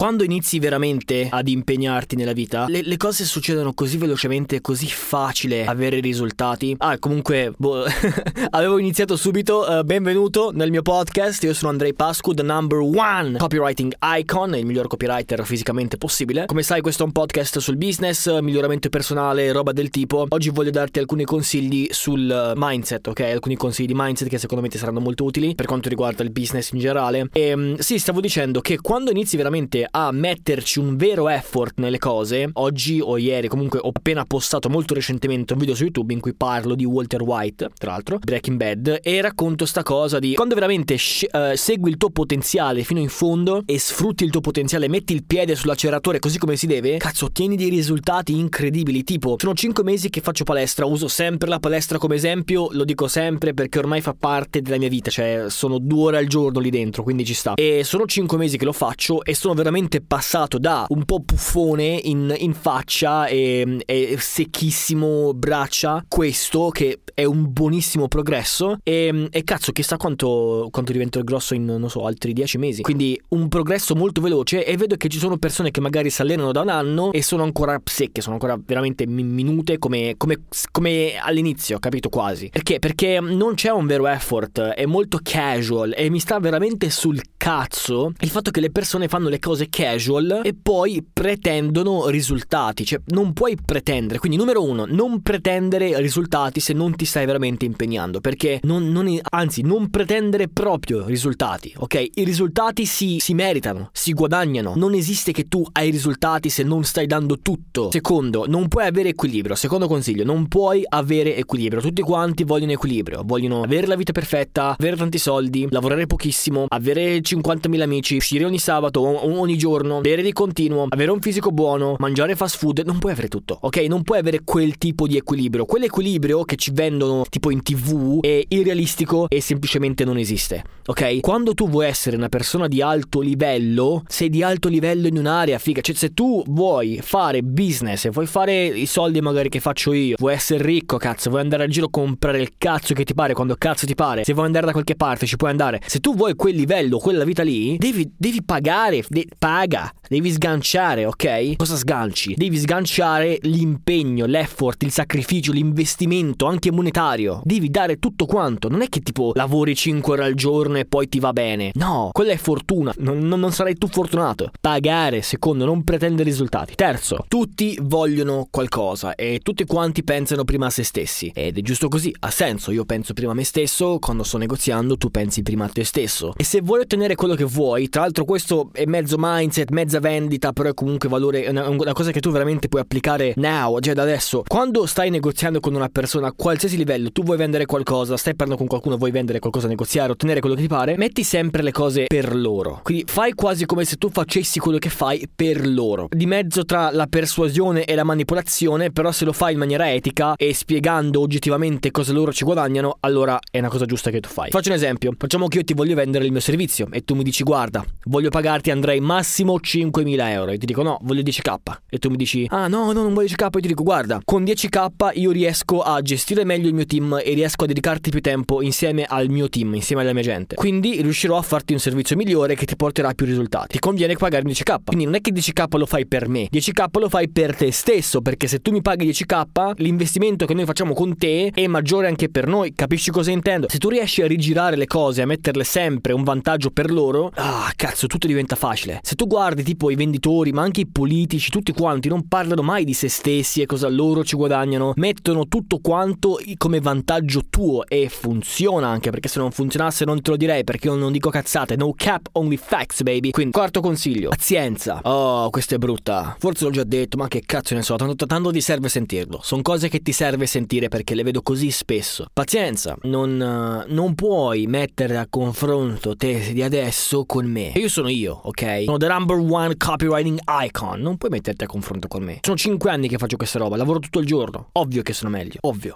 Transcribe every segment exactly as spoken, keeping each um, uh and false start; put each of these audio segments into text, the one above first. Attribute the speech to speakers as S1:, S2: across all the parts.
S1: Quando inizi veramente ad impegnarti nella vita, le, le cose succedono così velocemente, è così facile avere risultati. Ah, comunque, boh, avevo iniziato subito. uh, Benvenuto nel mio podcast. Io sono Andrei Pascu, the number one copywriting icon, il miglior copywriter fisicamente possibile. Come sai, questo è un podcast sul business, miglioramento personale, roba del tipo. Oggi voglio darti alcuni consigli sul mindset, ok? Alcuni consigli di mindset che secondo me ti saranno molto utili per quanto riguarda il business in generale. E sì, stavo dicendo che quando inizi veramente a metterci un vero effort nelle cose, oggi o ieri, comunque ho appena postato molto recentemente un video su YouTube in cui parlo di Walter White, tra l'altro, Breaking Bad, e racconto sta cosa di quando veramente sci- uh, segui il tuo potenziale fino in fondo e sfrutti il tuo potenziale, metti il piede sull'acceleratore così come si deve, cazzo, ottieni dei risultati incredibili. Tipo, sono cinque mesi che faccio palestra, uso sempre la palestra come esempio, lo dico sempre perché ormai fa parte della mia vita, cioè sono due ore al giorno lì dentro, quindi ci sta. E sono cinque mesi che lo faccio e sono veramente passato da un po' puffone in, in faccia e, e secchissimo braccia, questo che è un buonissimo progresso, e, e cazzo chissà quanto, quanto divento grosso in, non so, altri dieci mesi. Quindi un progresso molto veloce, e vedo che ci sono persone che magari si allenano da un anno e sono ancora secche, sono ancora veramente minute come, come, come all'inizio, capito, quasi. Perché? Perché non c'è un vero effort, è molto casual, e mi sta veramente sul cazzo il fatto che le persone fanno le cose casual e poi pretendono risultati. Cioè non puoi pretendere, quindi numero uno, non pretendere risultati se non ti stai veramente impegnando, perché non, non anzi non pretendere proprio risultati, ok? I risultati si, si meritano, si guadagnano, non esiste che tu hai risultati se non stai dando tutto. Secondo, non puoi avere equilibrio. Secondo consiglio, non puoi avere equilibrio. Tutti quanti vogliono equilibrio, vogliono avere la vita perfetta, avere tanti soldi, lavorare pochissimo, avere cinquantamila amici, uscire ogni sabato, ogni giorno, bere di continuo, avere un fisico buono, mangiare fast food. Non puoi avere tutto, ok? Non puoi avere quel tipo di equilibrio. Quell'equilibrio che ci vendono tipo in tv è irrealistico e semplicemente non esiste, ok? Quando tu vuoi essere una persona di alto livello, sei di alto livello in un'area figa. Cioè se tu vuoi fare business e vuoi fare i soldi magari che faccio io, vuoi essere ricco, cazzo, vuoi andare a giro a comprare il cazzo che ti pare quando cazzo ti pare, se vuoi andare da qualche parte ci puoi andare. Se tu vuoi quel livello, quella vita lì, devi, devi pagare, de- paga, devi sganciare, ok? Cosa sganci? Devi sganciare l'impegno, l'effort, il sacrificio, l'investimento anche monetario. Devi dare tutto quanto. Non è che tipo lavori cinque ore al giorno e poi ti va bene. No, quella è fortuna. Non, non, non sarai tu fortunato. Pagare. Secondo, non pretendere risultati. Terzo, tutti vogliono qualcosa e tutti quanti pensano prima a se stessi, ed è giusto così, ha senso. Io penso prima a me stesso, quando sto negoziando tu pensi prima a te stesso. E se vuoi ottenere quello che vuoi, tra l'altro questo è mezzo mindset, mezza vendita, però è comunque valore, è una, una cosa che tu veramente puoi applicare now, cioè da adesso. Quando stai negoziando con una persona a qualsiasi livello, tu vuoi vendere qualcosa, stai parlando con qualcuno, vuoi vendere qualcosa, negoziare, ottenere quello che ti pare, metti sempre le cose per loro. Quindi fai quasi come se tu facessi quello che fai per loro. Di mezzo tra la persuasione e la manipolazione, però se lo fai in maniera etica e spiegando oggettivamente cosa loro ci guadagnano, allora è una cosa giusta che tu fai. Faccio un esempio. Facciamo che io ti voglio vendere il mio servizio e tu mi dici: guarda, voglio pagarti, Andrei, massimo cinquemila euro. E ti dico: no, voglio dieci k. E tu mi dici: ah no, no, non voglio dieci k. E ti dico: guarda, con dieci k io riesco a gestire meglio il mio team e riesco a dedicarti più tempo insieme al mio team, insieme alla mia gente. Quindi riuscirò a farti un servizio migliore che ti porterà più risultati. Ti conviene pagarmi dieci k. Quindi non è che dieci k lo fai per me, dieci k lo fai per te stesso, perché se tu mi paghi dieci k, l'investimento che noi facciamo con te è maggiore anche per noi. Capisci cosa intendo? Se tu riesci a rigirare le cose, a metterle sempre un vantaggio per loro, ah cazzo, tutto diventa facile. Se tu guardi tipo i venditori, ma anche i politici, tutti quanti non parlano mai di se stessi e cosa loro ci guadagnano, mettono tutto quanto come vantaggio tuo, e funziona anche, perché se non funzionasse non te lo direi, perché io non dico cazzate. No cap, only facts, baby. Quindi quarto consiglio, pazienza. Oh, questa è brutta, forse l'ho già detto, ma che cazzo ne so, tanto, tanto ti serve sentirlo. Sono cose che ti serve sentire perché le vedo così spesso. Pazienza. Non, uh, non puoi mettere a confronto te di adesso con me. Io sono io, ok? Sono the number one copywriting icon. Non puoi metterti a confronto con me. Sono cinque anni che faccio questa roba, lavoro tutto il giorno. Ovvio che sono meglio, ovvio. Tu riuscirai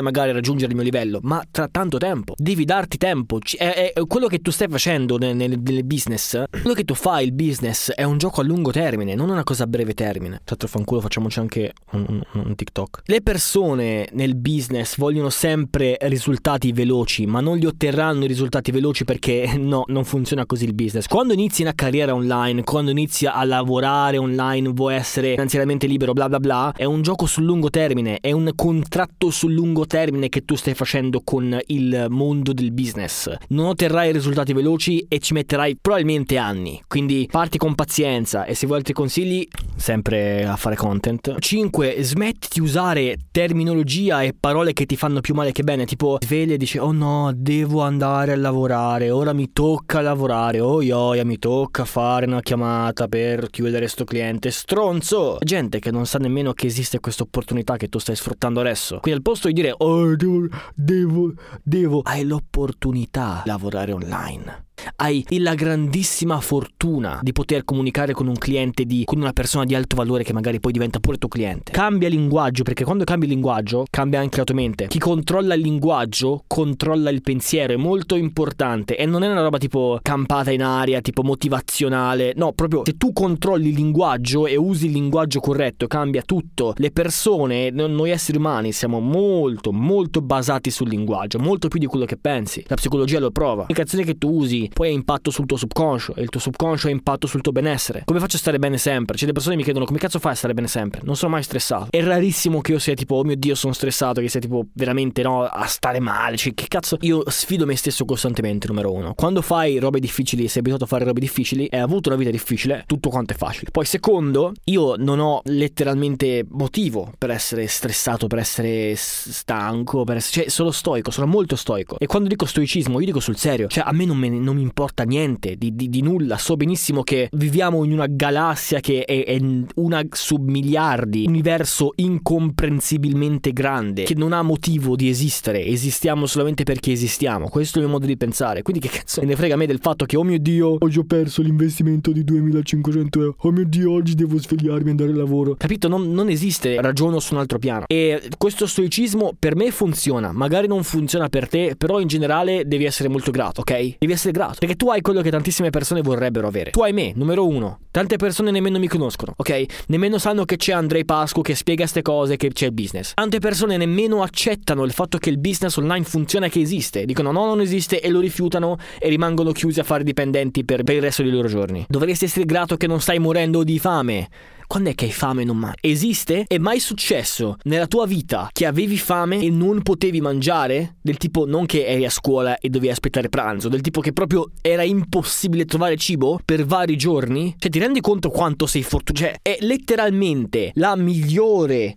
S1: magari a raggiungere il mio livello, ma tra tanto tempo. Devi darti tempo. È, è quello che tu stai facendo nel, nel, nel business. Quello che tu fai, il business, è un gioco a lungo termine, non una cosa a breve termine. Tra l'altro fanculo, facciamoci anche un, un, un TikTok. Le persone nel business vogliono sempre risultati veloci, ma non li otterranno i risultati veloci perché no, non funziona così il business. Quando inizi una carriera online, quando inizi a lavorare online, vuoi essere finanziariamente libero, bla bla bla, è un gioco sul lungo termine, è un contratto sul lungo termine che tu stai facendo con il mondo del business. Non otterrai risultati veloci e ci metterai probabilmente anni, quindi parti con pazienza. E se vuoi altri consigli, sempre a fare content. Cinque, smetti di usare terminologia e parole che ti fanno più male che bene, tipo sveglia e dici oh no, devo andare a lavorare, ora mi tocca lavorare, oh ioia, mi tocca fare una chiamata per chiudere sto cliente. Stronzo! Gente che non sa nemmeno che esiste questa opportunità che tu stai sfruttando adesso. Quindi al posto di dire oh devo, devo, devo, hai l'opportunità di lavorare online. Hai la grandissima fortuna di poter comunicare con un cliente, di, con una persona di alto valore che magari poi diventa pure tuo cliente. Cambia linguaggio, perché quando cambi il linguaggio cambia anche la tua mente. Chi controlla il linguaggio controlla il pensiero, è molto importante. E non è una roba tipo campata in aria, tipo motivazionale. No, proprio se tu controlli il linguaggio e usi il linguaggio corretto, cambia tutto. Le persone, noi esseri umani, siamo molto molto basati sul linguaggio, molto più di quello che pensi. La psicologia lo prova. Le canzoni che tu usi poi ha impatto sul tuo subconscio, e il tuo subconscio ha impatto sul tuo benessere. Come faccio a stare bene sempre? Cioè le persone mi chiedono come cazzo fai a stare bene sempre? Non sono mai stressato. È rarissimo che io sia tipo oh mio Dio sono stressato, che sia tipo veramente no a stare male. Cioè che cazzo? Io sfido me stesso costantemente, numero uno. Quando fai robe difficili, sei abituato a fare robe difficili e hai avuto una vita difficile, tutto quanto è facile. Poi secondo, io non ho letteralmente motivo per essere stressato, per essere stanco, per essere... cioè sono stoico, sono molto stoico. E quando dico stoicismo io dico sul serio. Cioè a me non, me, non mi importa niente di, di, di nulla. So benissimo che viviamo in una galassia che è, è una su miliardi, universo incomprensibilmente grande, che non ha motivo di esistere. Esistiamo solamente perché esistiamo. Questo è il mio modo di pensare. Quindi che cazzo me ne frega a me del fatto che oh mio Dio oggi ho perso l'investimento di duemilacinquecento euro, oh mio Dio oggi devo svegliarmi e andare al lavoro. Capito? Non, non esiste. Ragiono su un altro piano. E questo stoicismo per me funziona. Magari non funziona per te, però in generale devi essere molto grato, ok? Devi essere grato, perché tu hai quello che tantissime persone vorrebbero avere. Tu hai me, numero uno. Tante persone nemmeno mi conoscono, ok? Nemmeno sanno che c'è Andrei Pascu che spiega ste cose, che c'è il business. Tante persone nemmeno accettano il fatto che il business online funziona, che esiste. Dicono no, non esiste e lo rifiutano e rimangono chiusi a fare dipendenti per, per il resto dei loro giorni. Dovresti essere grato che non stai morendo di fame. Quando è che hai fame non mangi? Esiste? È mai successo nella tua vita che avevi fame e non potevi mangiare? Del tipo non che eri a scuola e dovevi aspettare pranzo, del tipo che proprio era impossibile trovare cibo per vari giorni? Cioè ti rendi conto quanto sei fortunato? Cioè è letteralmente la migliore,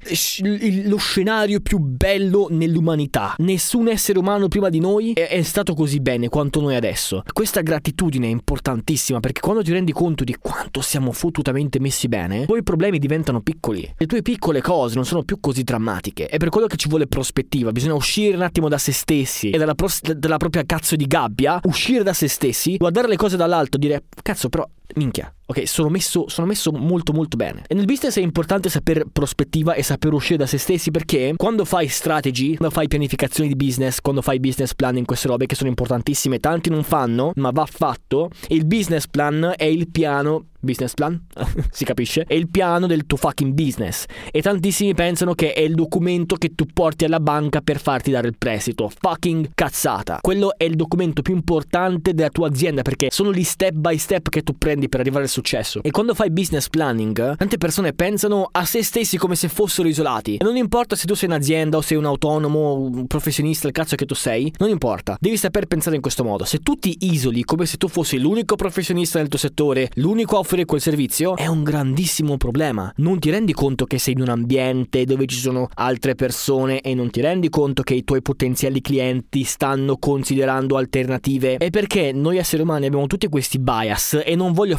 S1: lo scenario più bello nell'umanità. Nessun essere umano prima di noi è, è stato così bene quanto noi adesso. Questa gratitudine è importantissima, perché quando ti rendi conto di quanto siamo fottutamente messi bene, poi i problemi diventano piccoli. Le tue piccole cose non sono più così drammatiche. È per quello che ci vuole prospettiva. Bisogna uscire un attimo da se stessi e dalla, pros- dalla propria cazzo di gabbia. Uscire da se stessi, guardare le cose dall'alto, dire cazzo però minchia, ok, sono messo, sono messo molto molto bene. E nel business è importante saper prospettiva e saper uscire da se stessi, perché quando fai strategy, quando fai pianificazioni di business, quando fai business plan, in queste robe che sono importantissime, tanti non fanno, ma va fatto. Il business plan è il piano. Business plan? Si capisce? È il piano del tuo fucking business. E tantissimi pensano che è il documento che tu porti alla banca per farti dare il prestito. Fucking cazzata. Quello è il documento più importante della tua azienda, perché sono gli step by step che tu prendi per arrivare al successo. E quando fai business planning, tante persone pensano a se stessi come se fossero isolati. E non importa se tu sei un'azienda o sei un autonomo, un professionista, il cazzo che tu sei, non importa. Devi saper pensare in questo modo. Se tu ti isoli come se tu fossi l'unico professionista nel tuo settore, l'unico a offrire quel servizio, è un grandissimo problema. Non ti rendi conto che sei in un ambiente dove ci sono altre persone e non ti rendi conto che i tuoi potenziali clienti stanno considerando alternative. È perché noi esseri umani abbiamo tutti questi bias, e non voglio fare il perfezionista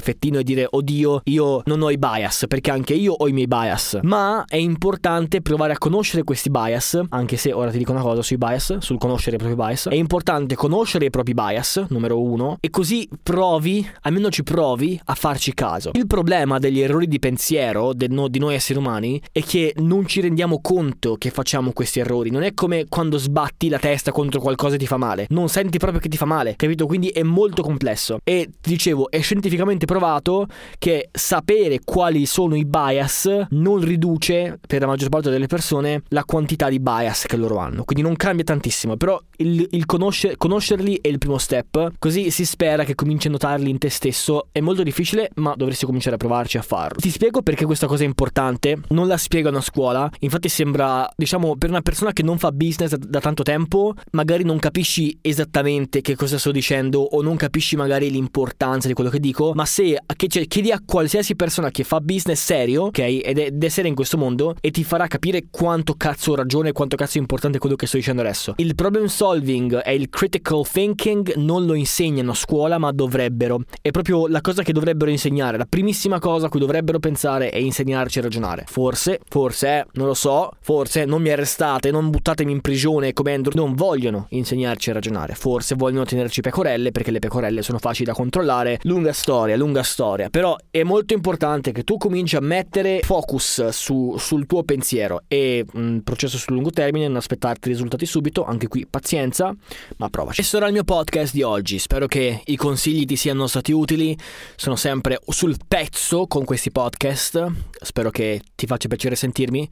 S1: perfettino e dire oddio, io non ho i bias, perché anche io ho i miei bias. Ma è importante provare a conoscere questi bias, anche se ora ti dico una cosa sui bias, sul conoscere i propri bias. È importante conoscere i propri bias, numero uno, e così provi, almeno ci provi a farci caso. Il problema degli errori di pensiero del no, di noi esseri umani è che non ci rendiamo conto che facciamo questi errori. Non è come quando sbatti la testa contro qualcosa e ti fa male, non senti proprio che ti fa male, capito? Quindi è molto complesso. E ti dicevo, è scientificamente provato che sapere quali sono i bias non riduce, per la maggior parte delle persone, la quantità di bias che loro hanno. Quindi non cambia tantissimo, però il, il conoscer, conoscerli è il primo step. Così si spera che cominci a notarli in te stesso. È molto difficile, ma dovresti cominciare a provarci a farlo. Ti spiego perché questa cosa è importante. Non la spiegano a scuola. Infatti sembra, diciamo, per una persona che non fa business da, da tanto tempo, magari non capisci esattamente che cosa sto dicendo o non capisci magari l'importanza di quello che dico. Ma se che, cioè, chiedi a qualsiasi persona che fa business serio, ok, ed è, ed è seria in questo mondo, e ti farà capire quanto cazzo ho ragione e quanto cazzo è importante quello che sto dicendo adesso. Il problem solving e il critical thinking non lo insegnano a scuola, ma dovrebbero. È proprio la cosa che dovrebbero insegnare. La primissima cosa a cui dovrebbero pensare è insegnarci a ragionare. Forse, forse, eh, non lo so, forse non mi arrestate, non buttatemi in prigione come Andrew. Non vogliono insegnarci a ragionare. Forse vogliono tenerci pecorelle perché le pecorelle sono facili da controllare. Lunga storia, lunga storia. Però è molto importante che tu cominci a mettere focus su, sul tuo pensiero. E un processo sul lungo termine, non aspettarti risultati subito. Anche qui pazienza, ma provaci. Questo era il mio podcast di oggi. Spero che i consigli ti siano stati utili. Sono sempre sul pezzo con questi podcast. Spero che ti faccia piacere sentirmi.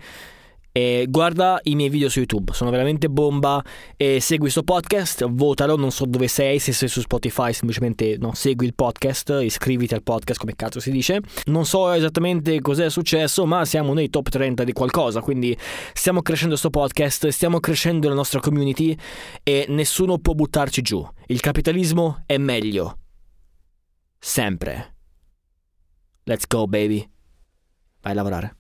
S1: E guarda i miei video su YouTube, sono veramente bomba. E segui sto podcast, votalo, non so dove sei, se sei su Spotify semplicemente no, segui il podcast, iscriviti al podcast, come cazzo si dice. Non so esattamente cos'è successo, ma siamo nei top trenta di qualcosa, quindi stiamo crescendo sto podcast, stiamo crescendo la nostra community e nessuno può buttarci giù. Il capitalismo è meglio, sempre. Let's go baby. Vai a lavorare.